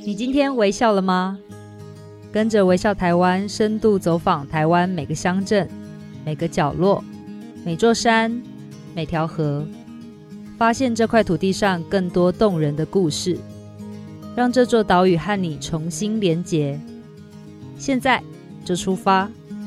你今天微笑了吗？跟着微笑台湾深度走访台湾每个乡镇、每个角落、每座山、每条河，发现这块土地上更多动人的故事，让这座岛屿和你重新连结。现在就出发！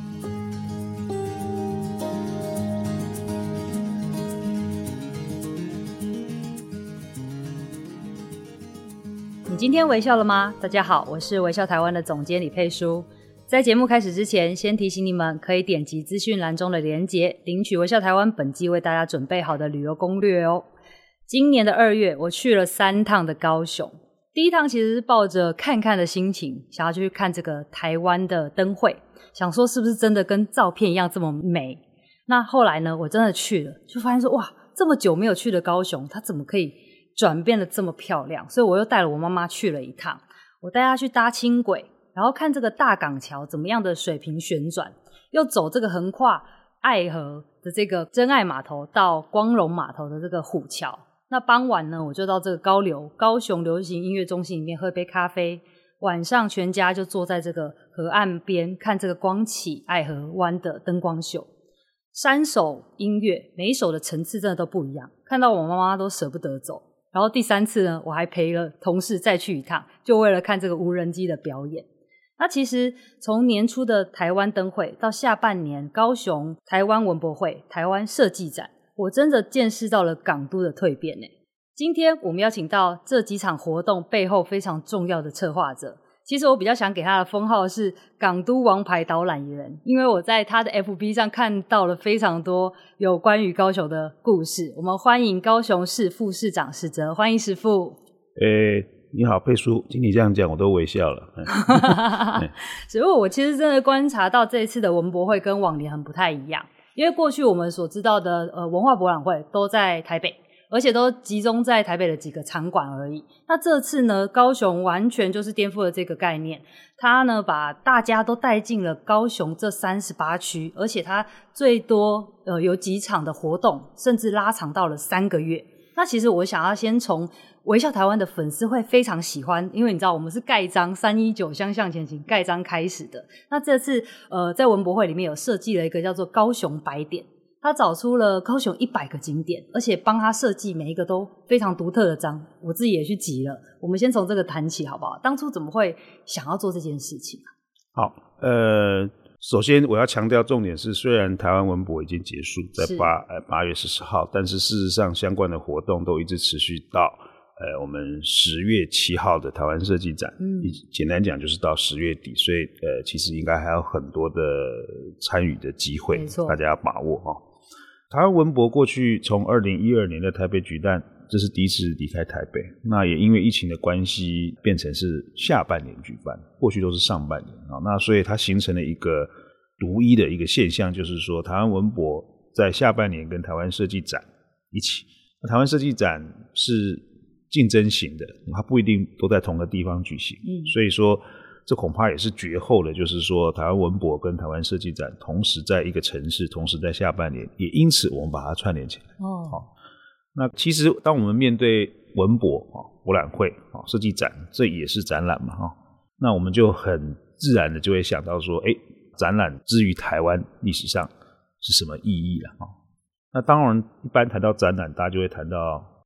你今天微笑了吗？大家好，我是微笑台湾的总监李佩书。在节目开始之前，先提醒你们可以点击资讯栏中的连结，领取微笑台湾本季为大家准备好的旅游攻略哦。今年的2月，我去了3趟的高雄。第一趟其实是抱着看看的心情，想要去看这个台湾的灯会，想说是不是真的跟照片一样这么美。那后来呢，我真的去了，就发现说哇，这么久没有去的高雄，它怎么可以转变得这么漂亮？所以我又带了我妈妈去了一趟，我带她去搭轻轨，然后看这个大港桥怎么样的水平旋转，又走这个横跨爱河的这个真爱码头到光荣码头的这个虎桥。那傍晚呢，我就到这个高雄流行音乐中心里面喝杯咖啡，晚上全家就坐在这个河岸边看这个光启爱河湾的灯光秀。3首音乐，每一首的层次真的都不一样，看到我妈妈都舍不得走。然后第3次呢，我还陪了同事再去一趟，就为了看这个无人机的表演。那其实从年初的台湾灯会到下半年高雄台湾文博会、台湾设计展，我真的见识到了港都的蜕变耶。今天我们邀请到这几场活动背后非常重要的策划者，其实我比较想给他的封号是港都王牌导览员，因为我在他的 FB 上看到了非常多有关于高雄的故事。我们欢迎高雄市副市长史哲，欢迎史副。 你好佩书，听你这样讲我都微笑了。 所以我其实真的观察到这一次的文博会跟往年很不太一样，因为过去我们所知道的文化博览会都在台北，而且都集中在台北的几个场馆而已。那这次呢，高雄完全就是颠覆了这个概念，它呢把大家都带进了高雄这38区，而且它最多有几场的活动，甚至拉长到了3个月。那其实我想要先从微笑台湾的粉丝会非常喜欢，因为你知道我们是盖章319相向前行盖章开始的。那这次在文博会里面有设计了一个叫做高雄100点，他找出了高雄100个景点，而且帮他设计每一个都非常独特的章，我自己也去集了。我们先从这个谈起好不好？当初怎么会想要做这件事情啊？ 好，首先我要强调重点是，虽然台湾文博已经结束在8月10号，但是事实上相关的活动都一直持续到我们10月7号的台湾设计展，简单讲就是到10月底，所以其实应该还有很多的参与的机会，大家要把握哦。台湾文博过去从2012年在台北举办，这是第一次离开台北，那也因为疫情的关系变成是下半年举办，过去都是上半年啊。那所以它形成了一个独一的一个现象，就是说台湾文博在下半年跟台湾设计展一起。那台湾设计展是竞争型的，它不一定都在同个地方举行，所以说这恐怕也是绝后的，就是说台湾文博跟台湾设计展同时在一个城市，同时在下半年，也因此我们把它串联起来。那其实当我们面对文博博览会设计展，这也是展览嘛，那我们就很自然的就会想到说，展览之于台湾历史上是什么意义了。那当然一般谈到展览，大家就会谈到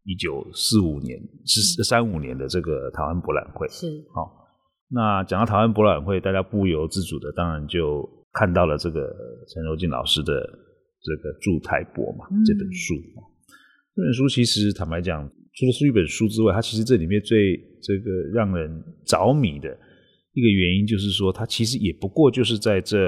1935年35年的这个台湾博览会。是。那讲到台湾博览会，大家不由自主的当然就看到了这个陈柔縉老师的这个驻台博嘛，这本书。这本书其实坦白讲，除了是一本书之外，它其实这里面最这个让人着迷的一个原因，就是说它其实也不过就是在这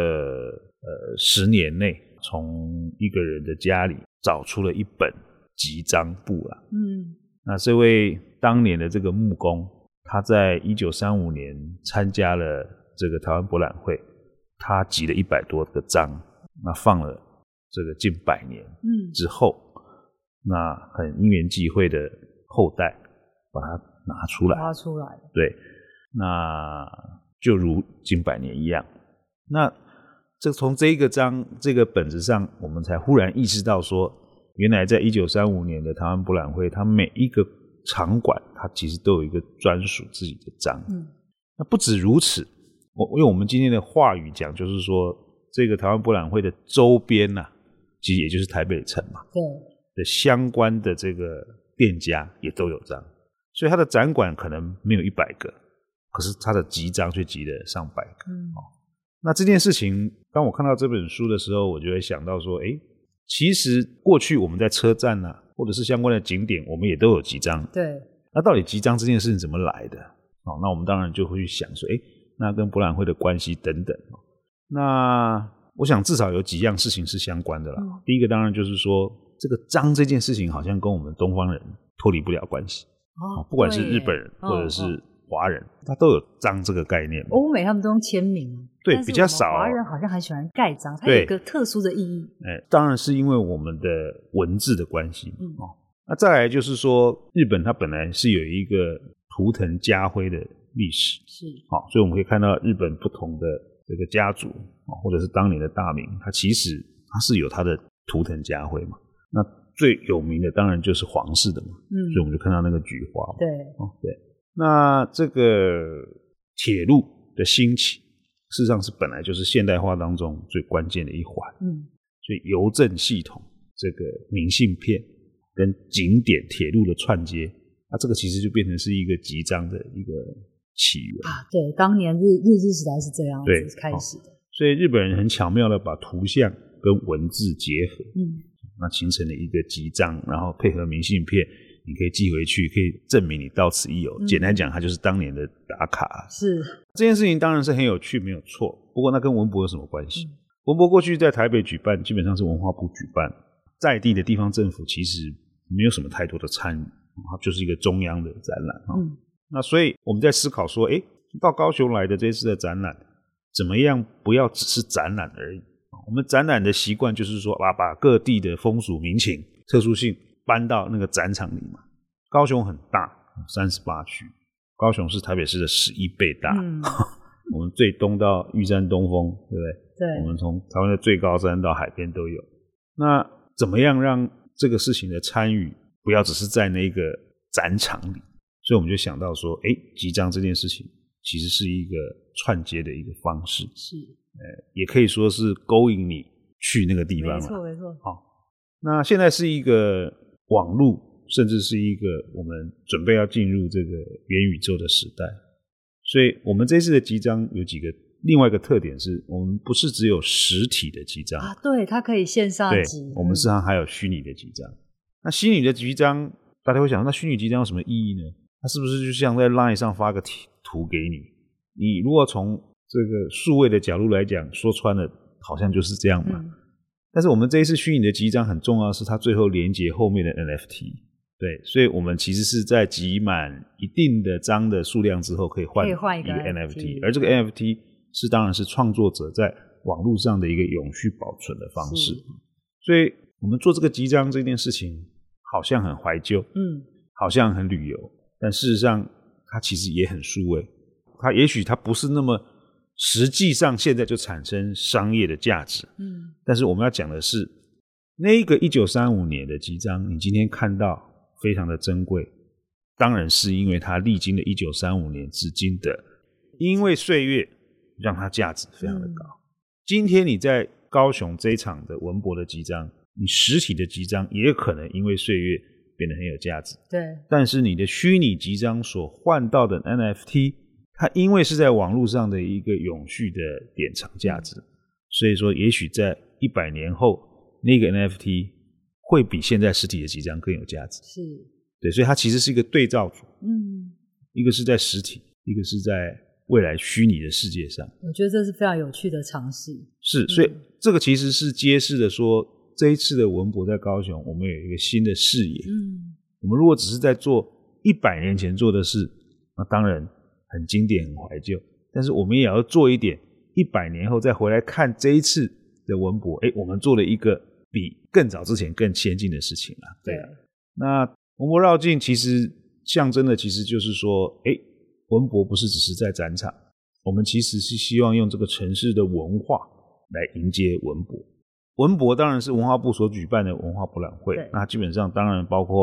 10年内，从一个人的家里找出了一本集章簿啦。那这位当年的这个木工，他在1935年参加了这个台湾博览会，他集了100多个章，那放了这个近100年之后，那很因缘际会的后代把它拿出来，对，那就如近100年一样。那从这个本子上，我们才忽然意识到说，原来在1935年的台湾博览会，它每一个场馆它其实都有一个专属自己的章。那不止如此，因为我们今天的话语讲，就是说这个台湾博览会的周边其实也就是台北城嘛， 对的相关的这个店家也都有章，所以它的展馆可能没有100个，可是它的集章却集了上百个。那这件事情，当我看到这本书的时候，我就会想到说，其实过去我们在车站或者是相关的景点，我们也都有集章。 对， 那到底集章这件事情怎么来的？那我们当然就会去想说，那跟博览会的关系等等。那我想至少有几样事情是相关的啦。第一个当然就是说，这个章这件事情好像跟我们东方人脱离不了关系。不管是日本人或者是华人，他都有章这个概念。 欧美他们都用签名， 对，比较少。 华人好像很喜欢盖章，它有一个特殊的意义。 当然是因为我们的文字的关系。那再来就是说，日本它本来是有一个图腾家徽的历史，所以我们可以看到日本不同的这个家族或者是当年的大名，它其实它是有它的图腾家徽嘛。那最有名的当然就是皇室的嘛，所以我们就看到那个菊花嘛。对。那这个铁路的兴起，事实上是本来就是现代化当中最关键的一环。所以邮政系统、这个明信片跟景点铁路的串接，这个其实就变成是一个集章的一个起源。 对，当年日治时代是这样子开始的。 所以日本人很巧妙的把图像跟文字结合，那形成了一个集章，然后配合明信片，你可以寄回去，可以证明你到此一游。简单讲，它就是当年的打卡。 是这件事情当然是很有趣，没有错。不过那跟文博有什么关系？文博过去在台北举办，基本上是文化部举办，在地的地方政府其实没有什么太多的参与，它就是一个中央的展览。那所以我们在思考说，到高雄来的这次的展览，怎么样不要只是展览而已？我们展览的习惯就是说，把各地的风俗民情、特殊性搬到那个展场里嘛。高雄很大，38区，高雄是台北市的11倍大。我们最东到玉山东峰，对不对？ 对。 我们从台湾的最高山到海边都有。那怎么样让这个事情的参与不要只是在那个展场里？所以我们就想到说，集章这件事情其实是一个串接的一个方式，也可以说是勾引你去那个地方。 没错没错。 那现在是一个网络，甚至是一个我们准备要进入这个元宇宙的时代，所以我们这次的集章有几个另外一个特点是，我们不是只有实体的集章对，它可以线上集。 对，我们事实上还有虚拟的集章。那虚拟的集章，大家会想，那虚拟集章有什么意义呢？它是不是就像在 LINE 上发个图给你？你如果从这个数位的角度来讲，说穿了好像就是这样嘛。但是我们这一次虚拟的集章很重要的是它最后连接后面的 NFT。对，所以我们其实是在集满一定的章的数量之后可以换一个 NFT， 而这个 NFT 是当然是创作者在网络上的一个永续保存的方式。所以我们做这个集章这件事情好像很怀旧，好像很旅游，但事实上它其实也很数位。它也许它不是那么实际上现在就产生商业的价值，但是我们要讲的是那个1935年的集章，你今天看到非常的珍贵，当然是因为它历经了1935年至今的因为岁月让它价值非常的高。今天你在高雄这一场的文博的集章，你实体的集章也可能因为岁月变得很有价值， 对。但是你的虚拟集章所换到的 NFT， 它因为是在网络上的一个永续的典藏价值，所以说也许在100年后，那个 NFT 会比现在实体的集章更有价值。 是， 对，所以它其实是一个对照组，一个是在实体，一个是在未来虚拟的世界上。 我觉得这是非常有趣的尝试。 是，所以这个其实是揭示的说，这一次的文博在高雄，我们有一个新的视野。我们如果只是在做100年前做的事，那当然很经典很怀旧，但是我们也要做一点100年后再回来看这一次的文博，我们做了一个比更早之前更先进的事情啦。对啊，那文博绕境其实象征的其实就是说，文博不是只是在展场，我们其实是希望用这个城市的文化来迎接文博。文博当然是文化部所举办的文化博览会，那基本上当然包括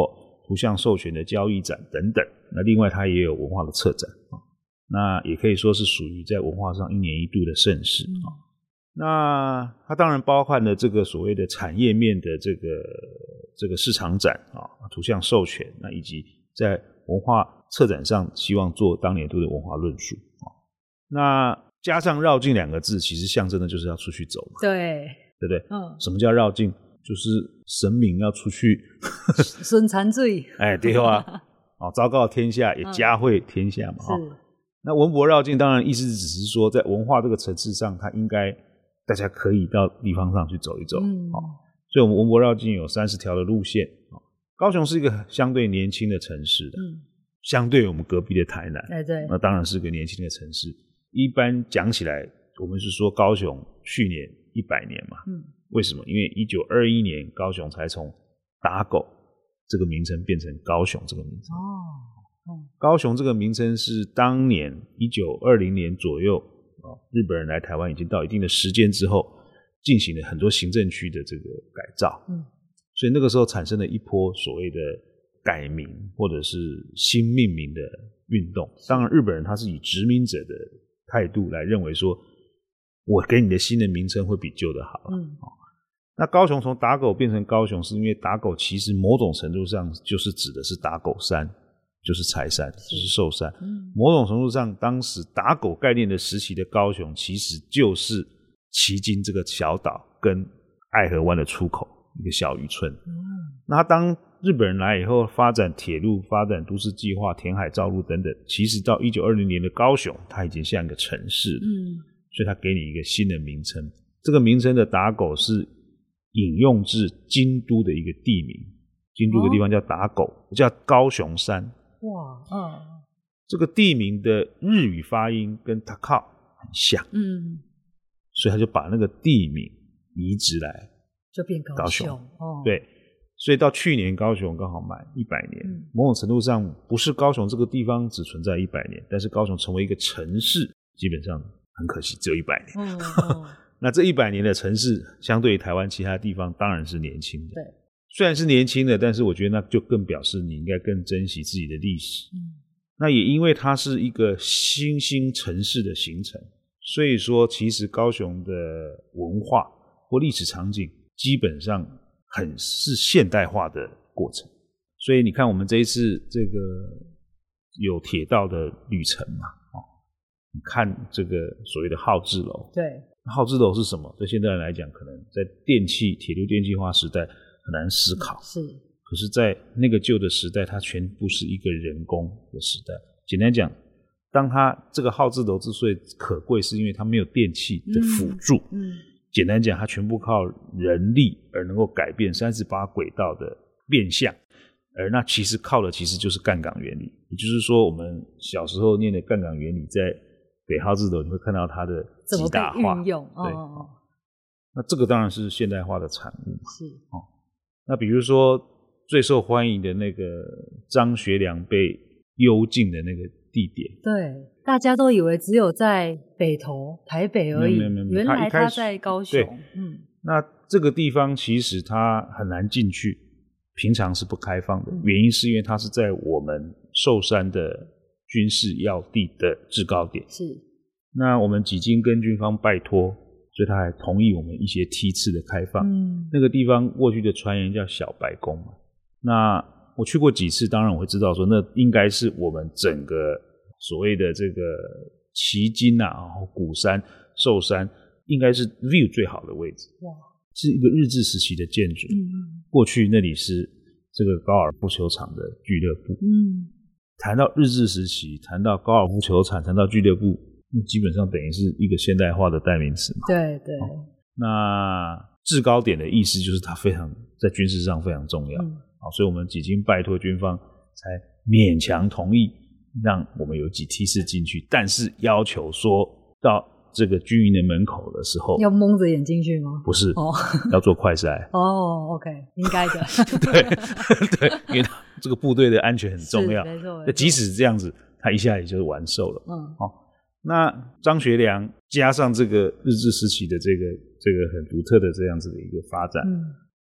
图像授权的交易展等等。那另外它也有文化的策展，那也可以说是属于在文化上一年一度的盛事。那它当然包含了这个所谓的产业面的这个市场展图像授权，那以及在文化策展上希望做当年度的文化论述。那加上绕境2个字，其实象征的就是要出去走嘛， 对不对？什么叫绕境？就是神明要出去孙残罪对啊昭告天下也嘉惠天下嘛。 是。 那文博绕境当然意思只是说在文化这个层次上，它应该大家可以到地方上去走一走。所以我们文博绕境有30条的路线。高雄是一个相对年轻的城市的，相对我们隔壁的台南，对，那当然是个年轻的城市。一般讲起来，我们是说高雄去年100年嘛。为什么？因为1921年高雄才从打狗这个名称变成高雄这个名称。高雄这个名称是当年1920年左右日本人来台湾已经到一定的时间之后，进行了很多行政区的这个改造。所以那个时候产生了一波所谓的改名或者是新命名的运动。当然日本人他是以殖民者的态度来认为说，我给你的新的名称会比旧的好。那高雄从打狗变成高雄，是因为打狗其实某种程度上就是指的是打狗山，就是柴山，就是寿山。某种程度上，当时打狗概念的时期的高雄，其实就是旗津这个小岛跟爱河湾的出口一个小渔村。那当日本人来以后，发展铁路、发展都市计划、填海造陆等等，其实到1920年的高雄，它已经像一个城市了。所以它给你一个新的名称。这个名称的打狗是引用自京都的一个地名，京都的地方叫打狗，叫高雄山。这个地名的日语发音跟 Takao 很像，所以他就把那个地名移植来， 就变高雄。 对，所以到去年高雄刚好满100年。某种程度上，不是高雄这个地方只存在100年，但是高雄成为一个城市，基本上很可惜只有100年。那这100年的城市，相对于台湾其他地方当然是年轻的。 对， 虽然是年轻的，但是我觉得那就更表示你应该更珍惜自己的历史。那也因为它是一个新兴城市的形成，所以说其实高雄的文化或历史场景基本上很是现代化的过程。所以你看我们这一次这个有铁道的旅程嘛，你看这个所谓的号志楼。对，号志楼是什么？对现代人来讲，可能在铁路电气化时代很难思考。是，可是在那个旧的时代，它全部是一个人工的时代。简单讲，当它这个号志楼之所以可贵，是因为它没有电器的辅助。简单讲，它全部靠人力而能够改变38轨道的变相，而那其实靠的其实就是干港原理。也就是说，我们小时候念的干港原理，在北号志楼你会看到它的极大化运用。对，那这个当然是现代化的产物。是那比如说最受欢迎的那个张学良被幽禁的那个地点，对， 大家都以为只有在北投、台北而已，原来他在高雄。 那这个地方其实它很难进去，平常是不开放的。原因是因为它是在我们寿山的军事要地的制高点。是，那我们几经跟军方拜托，所以他还同意我们一些梯次的开放。那个地方过去的传言叫小白宫嘛。那我去过几次，当然我会知道说，那应该是我们整个所谓的这个旗津啊、鼓山、寿山，应该是 view 最好的位置。哇，是一个日治时期的建筑。过去那里是这个高尔夫球场的俱乐部。谈到日治时期，谈到高尔夫球场，谈到俱乐部，基本上等于是一个现代化的代名词嘛。对对。那制高点的意思就是它非常在军事上非常重要。所以我们几经拜托军方才勉强同意让我们有几梯次进去，但是要求说到这个军营的门口的时候要蒙着眼睛去吗？ 不是，要做快筛。 OK， 应该的。 对，因为这个部队的安全很重要。 没错。 即使这样子，他一下也就是完售了。那张学良加上这个日治时期的这个很独特的这样子的一个发展，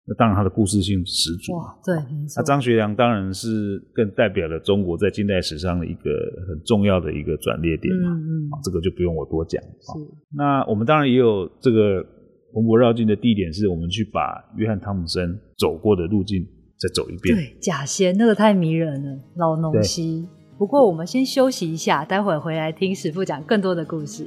那当然他的故事性十足。 哇，对，没错。 那张学良当然是更代表了中国在近代史上的一个很重要的一个转捩点嘛，这个就不用我多讲。那我们当然也有这个文博绕境的地点，是我们去把约翰汤姆森走过的路径再走一遍。 对，甲仙那个太迷人了，老农溪。不过我们先休息一下，待会回来听史父讲更多的故事。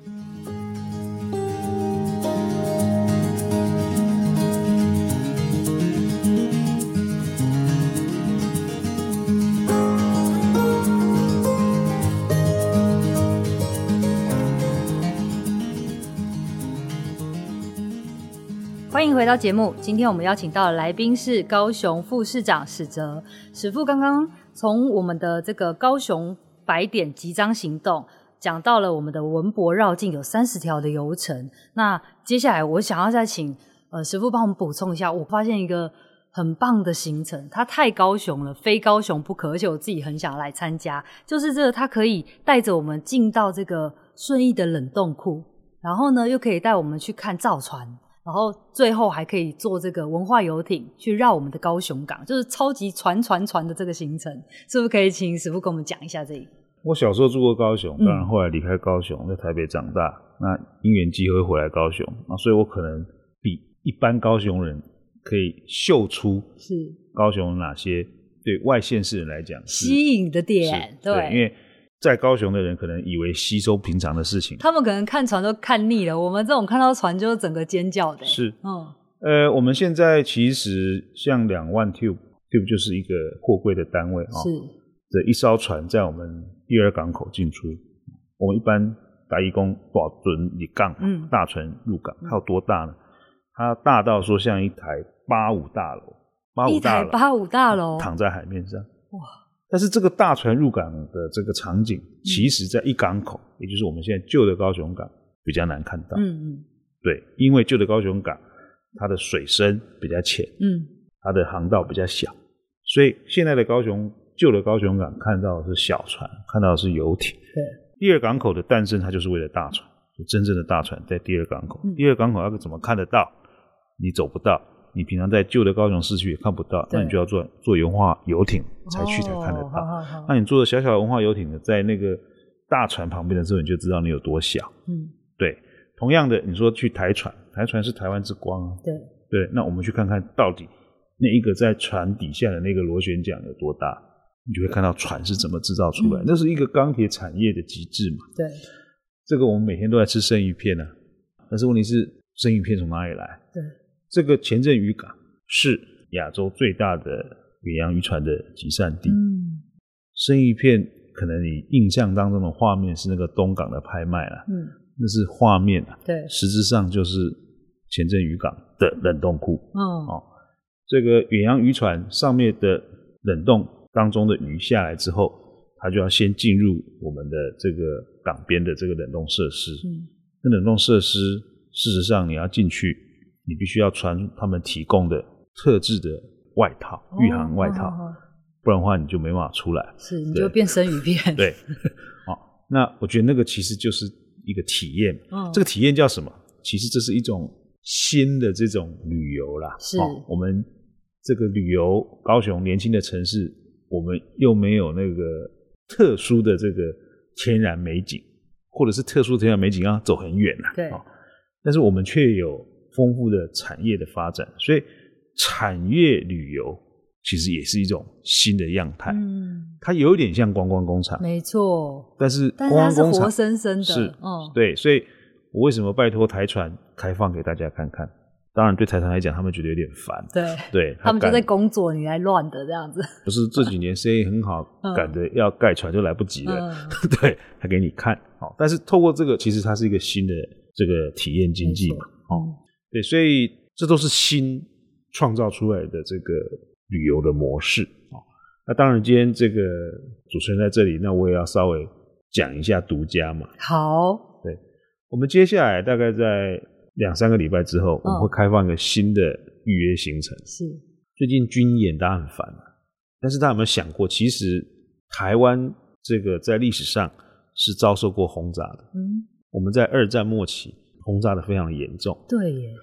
欢迎回到节目，今天我们邀请到的来宾是高雄副市长史哲。史父刚刚从我们的这个高雄100点集章行动讲到了我们的文博绕境有30条的游程，那接下来我想要再请史父帮我们补充一下，我发现一个很棒的行程，它太高雄了，非高雄不可，而且我自己很想来参加，就是这个它可以带着我们进到这个顺义的冷冻库，然后呢又可以带我们去看造船，然后最后还可以坐这个文化游艇去绕我们的高雄港，就是超级船的这个行程，是不是可以请史父跟我们讲一下这个？ 我小时候住过高雄，当然后来离开高雄，在台北长大，那因缘机会回来高雄，所以我可能比一般高雄人可以嗅出是高雄哪些对外县市人来讲吸引的点，对， 因为在高雄的人可能以为吸收平常的事情， 他们可能看船都看腻了，我们这种看到船就整个尖叫的。 是，我们现在其实像2万 tube 就是一个货柜的单位，是这一艘船在我们第2港口进出，我们一般大义工大船一港，大船入港，它有多大呢？它大到说像一台85大楼， 一台85大楼躺在海面上，哇！但是这个大船入港的这个场景，其实在一港口，也就是我们现在旧的高雄港比较难看到。对，因为旧的高雄港它的水深比较浅，它的航道比较小，所以现在的旧的高雄港看到的是小船，看到的是游艇。对，第2港口的诞生，它就是为了大船，就真正的大船在第2港口。第2港口要怎么看得到？你走不到。你平常在旧的高雄市区也看不到，那你就要坐文化游艇才看得到。那你坐的小小的文化游艇呢，在那个大船旁边的时候，你就知道你有多小。对。同样的，你说去台船是台湾之光啊。对。那我们去看看到底那一个在船底下的那个螺旋桨有多大，你就会看到船是怎么制造出来。那是一个钢铁产业的极致嘛。对。这个我们每天都在吃生鱼片啊，但是问题是生鱼片从哪里来？对。这个前镇渔港是亚洲最大的远洋渔船的集散地。生鱼片可能你印象当中的画面是那个东港的拍卖啦，那是画面啊，对，实质上就是前镇渔港的冷冻库。这个远洋渔船上面的冷冻当中的鱼下来之后，它就要先进入我们的这个港边的这个冷冻设施。那冷冻设施事实上你要进去，你必须要穿他们提供的特制的外套，御航外套，不然的话你就没办法出来，是你就变生鱼片。 对，那我觉得那个其实就是一个体验，这个体验叫什么？其实这是一种新的这种旅游啦。是，我们这个旅游高雄年轻的城市，我们又没有那个特殊的这个天然美景，或者是特殊的天然美景要走很远啦。对，但是我们却有丰富的产业的发展，所以产业旅游其实也是一种新的样态。它有点像观光工厂，没错，但是观光工厂它是活生生的， 是，对，所以我为什么拜托台船开放给大家看看？当然对台船来讲，他们觉得有点烦，对， 他们就在工作，你来乱的这样子。 不是这几年生意很好，赶着要盖船就来不及了，对，他给你看，但是透过这个，其实它是一个新的这个体验经济嘛，对，所以这都是新创造出来的这个旅游的模式。那当然今天这个主持人在这里，那我也要稍微讲一下独家嘛。好，对，我们接下来大概在2-3个礼拜之后，我们会开放一个新的预约行程。是，最近军演大家很烦，但是大家有没有想过，其实台湾这个在历史上是遭受过轰炸的。我们在2战末期轰炸的非常严重。对耶。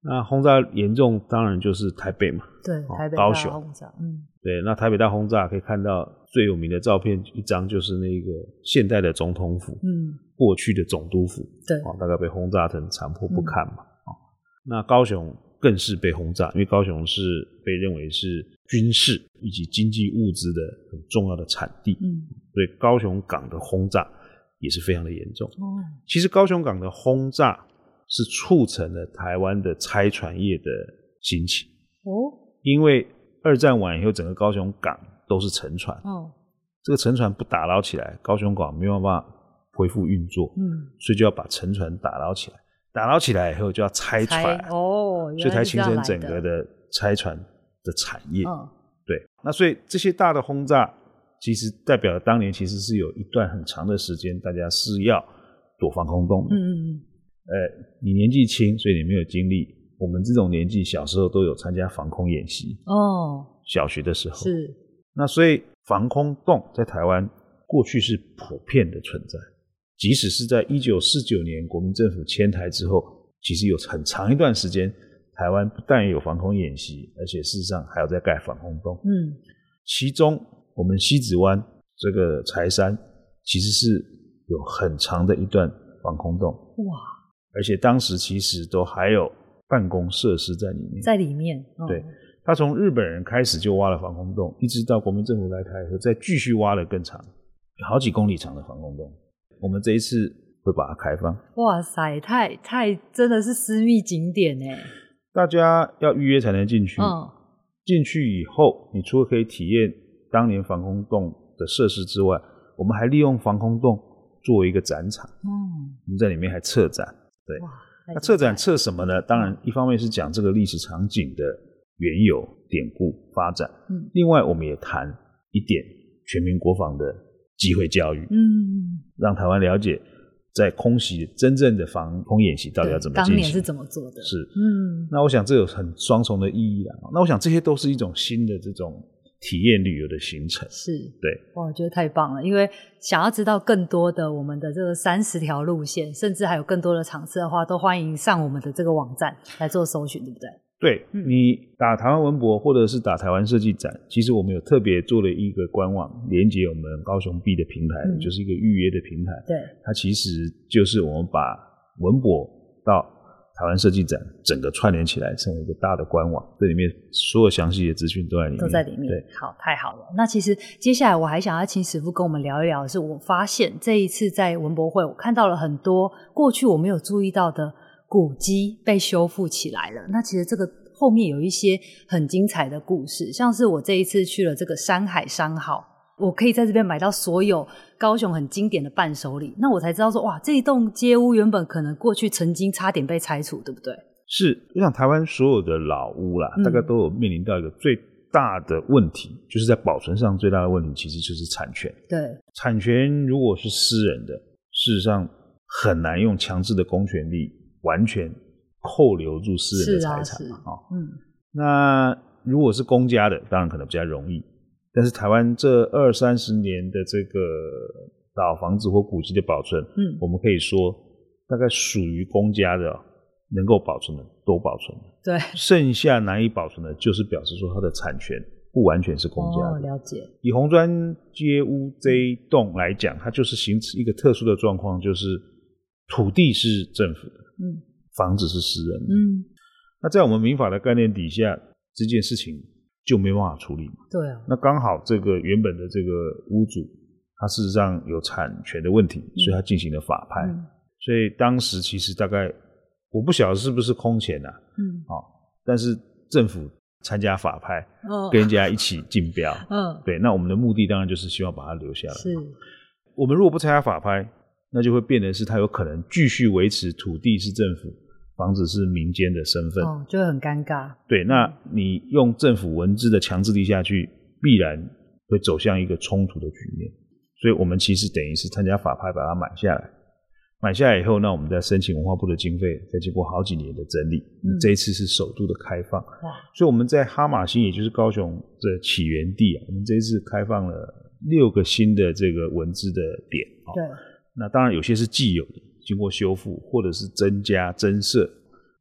那轰炸严重当然就是台北嘛， 对，台北高雄轰炸， 对，那台北大轰炸可以看到最有名的照片一张就是那个现代的总统府，过去的总督府， 对， 大概被轰炸成残破不堪嘛，那高雄更是被轰炸，因为高雄是被认为是军事以及经济物资的很重要的产地，所以高雄港的轰炸也是非常的严重。其实高雄港的轰炸是促成了台湾的拆船业的兴起，因为二战完以后整个高雄港都是沉船，这个沉船不打捞起来，高雄港没有办法恢复运作，所以就要把沉船打捞起来，打捞起来以后就要拆船，所以才形成整个的拆船的产业，对，那所以这些大的轰炸其实代表当年其实是有一段很长的时间大家是要躲防空洞的，你年纪轻所以你没有经历，我们这种年纪小时候都有参加防空演习，小学的时候是， 那所以防空洞在台湾过去是普遍的存在，即使是在1949年国民政府迁台之后，其实有很长一段时间台湾不但有防空演习，而且事实上还有在盖防空洞，其中我们西子湾这个柴山其实是有很长的一段防空洞，而且当时其实都还有办公设施在里面，对，他从日本人开始就挖了防空洞，一直到国民政府来台以后再继续挖了更长，有好几公里长的防空洞，我们这一次会把它开放。 哇塞，太真的是私密景点耶， 大家要预约才能进去，进去以后你除了可以体验当年防空洞的设施之外，我们还利用防空洞作为一个展场，我们在里面还策展，对，那策展策什么呢？当然一方面是讲这个历史场景的缘由典故发展，另外我们也谈一点全民国防的机会教育，让台湾了解在空袭真正的防空演习到底要怎么进行， 当年是怎么做的， 是，那我想这有很双重的意义啦，那我想这些都是一种新的这种体验旅游的行程， 是， 对， 哇，我觉得太棒了，因为想要知道更多的我们的这个30条路线，甚至还有更多的场次的话，都欢迎上我们的这个网站来做搜寻，对不对？ 对，你打台湾文博或者是打台湾设计展，其实我们有特别做了一个官网连接我们高雄 B 的平台，就是一个预约的平台，对，它其实就是我们把文博到台湾设计展整个串联起来成为一个大的官网，这里面所有详细的资讯都在里面，对， 好，太好了。那其实接下来我还想要请史父跟我们聊一聊的是，我发现这一次在文博会我看到了很多过去我没有注意到的古迹被修复起来了，那其实这个后面有一些很精彩的故事，像是我这一次去了这个山海商号，我可以在这边买到所有高雄很经典的伴手礼，那我才知道说，哇，这一栋街屋原本可能过去曾经差点被拆除，对不对？ 是，我想台湾所有的老屋啦，大概都有面临到一个最大的问题，就是在保存上最大的问题其实就是产权。对，产权如果是私人的，事实上很难用强制的公权力完全扣留住私人的财产嘛，那如果是公家的当然可能比较容易，但是台湾这20-30年的这个老房子或古迹的保存，我们可以说大概属于公家的能够保存的都保存了，对，剩下难以保存的就是表示说它的产权不完全是公家的。了解。以红砖街屋这一栋来讲，它就是形成一个特殊的状况，就是土地是政府的，房子是私人的，那在我们民法的概念底下，这件事情就没办法处理嘛。对啊。那刚好这个原本的这个屋主，他事实上有产权的问题，所以他进行了法拍，所以当时其实大概我不晓得是不是空前啊，但是政府参加法拍，跟人家一起竞标，对，那我们的目的当然就是希望把它留下来。是，我们如果不参加法拍，那就会变成是他有可能继续维持土地是政府，房子是民间的身份，就会很尴尬。对，那你用政府文字的强制力下去，必然会走向一个冲突的局面。所以我们其实等于是参加法拍把它买下来，买下来以后，那我们再申请文化部的经费，再经过好几年的整理，这一次是首度的开放。所以我们在哈马星，也就是高雄的起源地我们这一次开放了6个新的这个文字的点。对。那当然有些是既有的，经过修复或者是增加增设，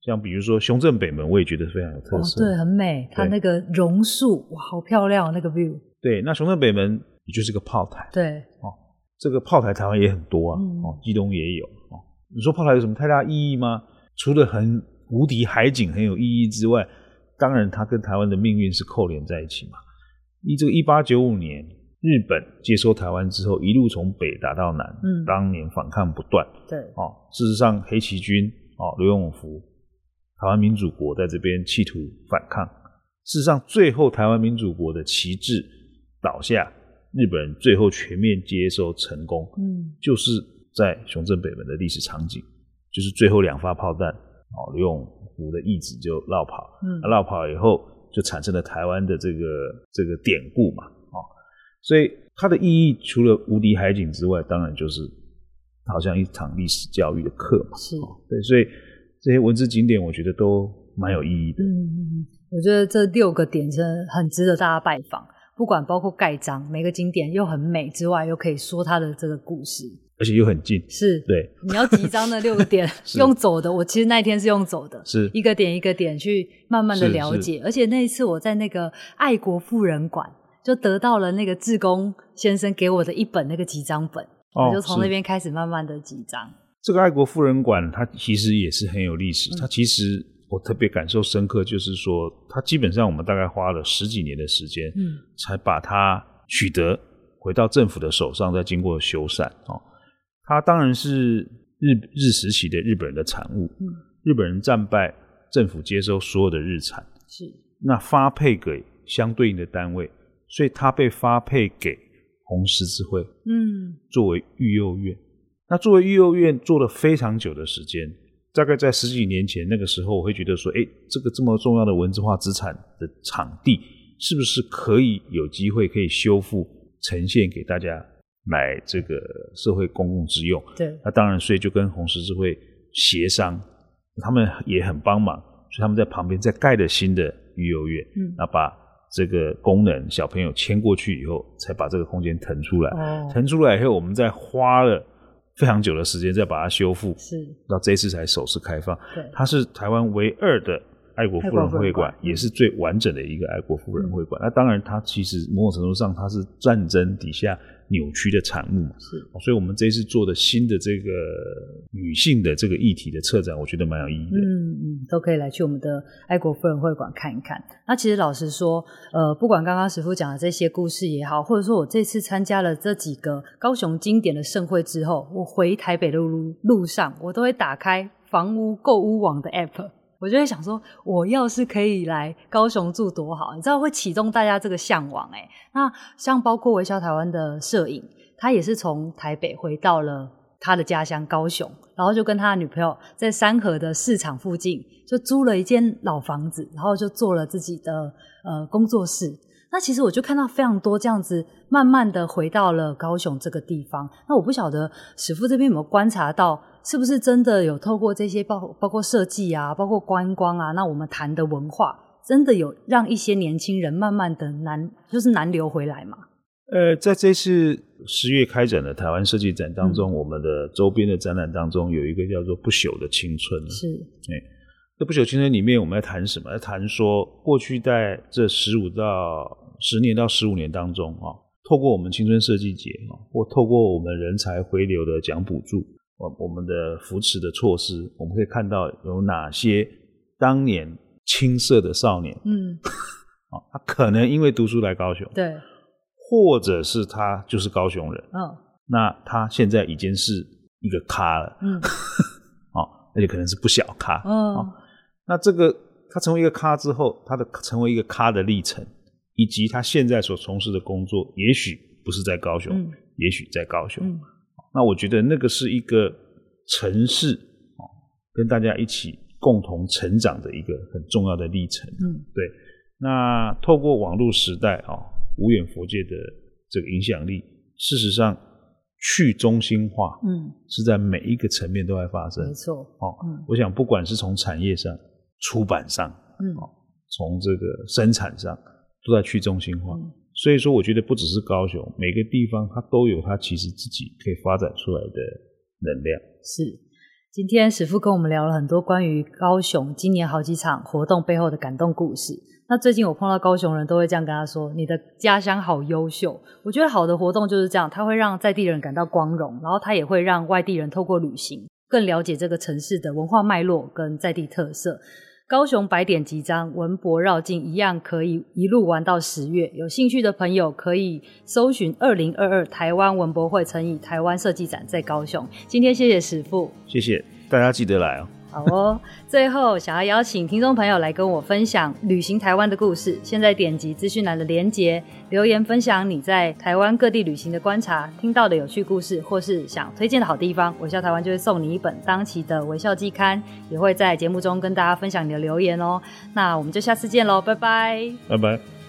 像比如说雄镇北门，我也觉得非常有特色。 对，很美，它那个榕树，哇，好漂亮那个 view。 对，那雄镇北门也就是个炮台。 对， 这个炮台台湾也很多啊，基隆也有。你说炮台有什么太大意义吗？除了很无敌海景很有意义之外，当然它跟台湾的命运是扣连在一起嘛。这个1895年日本接收台湾之后，一路从北打到南，当年反抗不断。 对， 事实上黑旗军刘永福台湾民主国在这边企图反抗，事实上最后台湾民主国的旗帜倒下，日本人最后全面接收成功，就是在雄镇北门的历史场景，就是最后2发炮弹，刘永福的意志就落跑，落跑以后就产生了台湾的这个典故嘛，所以它的意义除了无敌海景之外，当然就是好像一场历史教育的课嘛， 是， 对，所以这些文字景点我觉得都蛮有意义的。 我觉得这6个点真的很值得大家拜访，不管包括盖章，每个景点又很美之外，又可以说它的这个故事， 而且又很近。 是， 对， 你要集章的6个点用走的，我其实那一天是用走的， 是一个点一个点去慢慢的了解，而且那一次我在那个爱国妇人馆就得到了那个志工先生给我的一本那个集章本，我就从那边开始慢慢的集章。 这个爱国妇人馆它其实也是很有历史，它其实我特别感受深刻，就是说它基本上我们大概花了10几年的时间，才把它取得回到政府的手上，再经过修缮。它当然是日时期的日本人的产物，日本人战败，政府接收所有的日产， 是那发配给相对应的单位，所以它被发配给红十字会，作为育幼院。那作为育幼院做了非常久的时间，大概在10几年前，那个时候我会觉得说，这个这么重要的文字化资产的场地，是不是可以有机会可以修复呈现给大家来这个社会公共之用？ 对， 那当然，所以就跟红十字会协商，他们也很帮忙，所以他们在旁边再盖了新的育幼院，那把这个功能小朋友迁过去以后，才把这个空间腾出来。腾出来以后，我们再花了非常久的时间再把它修复，是到这一次才首次开放。对，它是台湾唯2的爱国妇人会馆，也是最完整的一个爱国妇人会馆。那当然，它其实某种程度上它是战争底下扭曲的产物，是，所以我们这一次做的新的这个女性的这个议题的策展，我觉得蛮有意义的。 都可以来去我们的爱国妇人会馆看一看。那其实老实说，不管刚刚师傅讲的这些故事也好，或者说我这次参加了这几个高雄经典的盛会之后，我回台北的路上，我都会打开房屋购屋网的 app。我就会想说，我要是可以来高雄住多好，你知道会启动大家这个向往。那像包括微笑台湾的摄影，他也是从台北回到了他的家乡高雄，然后就跟他的女朋友在山河的市场附近就租了一间老房子，然后就做了自己的工作室。那其实我就看到非常多这样子慢慢的回到了高雄这个地方。那我不晓得史父这边有没有观察到，是不是真的有透过这些包括设计啊，包括观光啊，那我们谈的文化真的有让一些年轻人慢慢的南流回来嘛？ 在这次10月开展的台湾设计展当中，我们的周边的展览当中有一个叫做不朽的青春。是，这不朽青春里面我们在谈什么？在谈说过去在这10年到15年当中透过我们青春设计节或透过我们人才回流的奖补助，我们的扶持的措施，我们可以看到有哪些当年青涩的少年，他可能因为读书来高雄，对，或者是他就是高雄人，那他现在已经是一个咖了，而且可能是不小咖，那这个他成为一个咖之后，他的成为一个咖的历程，以及他现在所从事的工作，也许不是在高雄，也许在高雄，那我觉得那个是一个城市跟大家一起共同成长的一个很重要的历程。对。那透过网络时代无远弗届的这个影响力，事实上去中心化是在每一个层面都在发生。没错。我想不管是从产业上、出版上，从这个生产上，都在去中心化。所以说我觉得不只是高雄，每个地方它都有它其实自己可以发展出来的能量。是。 今天史父跟我们聊了很多关于高雄今年好几场活动背后的感动故事。那最近我碰到高雄人都会这样跟他说，你的家乡好优秀。我觉得好的活动就是这样，它会让在地人感到光荣，然后它也会让外地人透过旅行更了解这个城市的文化脉络跟在地特色。高雄百点集章，文博绕境一样可以一路玩到10月，有兴趣的朋友可以搜寻2022台湾文博会乘以台湾设计展在高雄。今天谢谢史父， 谢谢大家，记得来哦。 好哦，最后想要邀请听众朋友来跟我分享旅行台湾的故事，现在点击资讯栏的连结，留言分享你在台湾各地旅行的观察，听到的有趣故事，或是想推荐的好地方，微笑台湾就会送你一本当期的微笑季刊，也会在节目中跟大家分享你的留言哦。那我们就下次见咯，拜拜。 拜拜。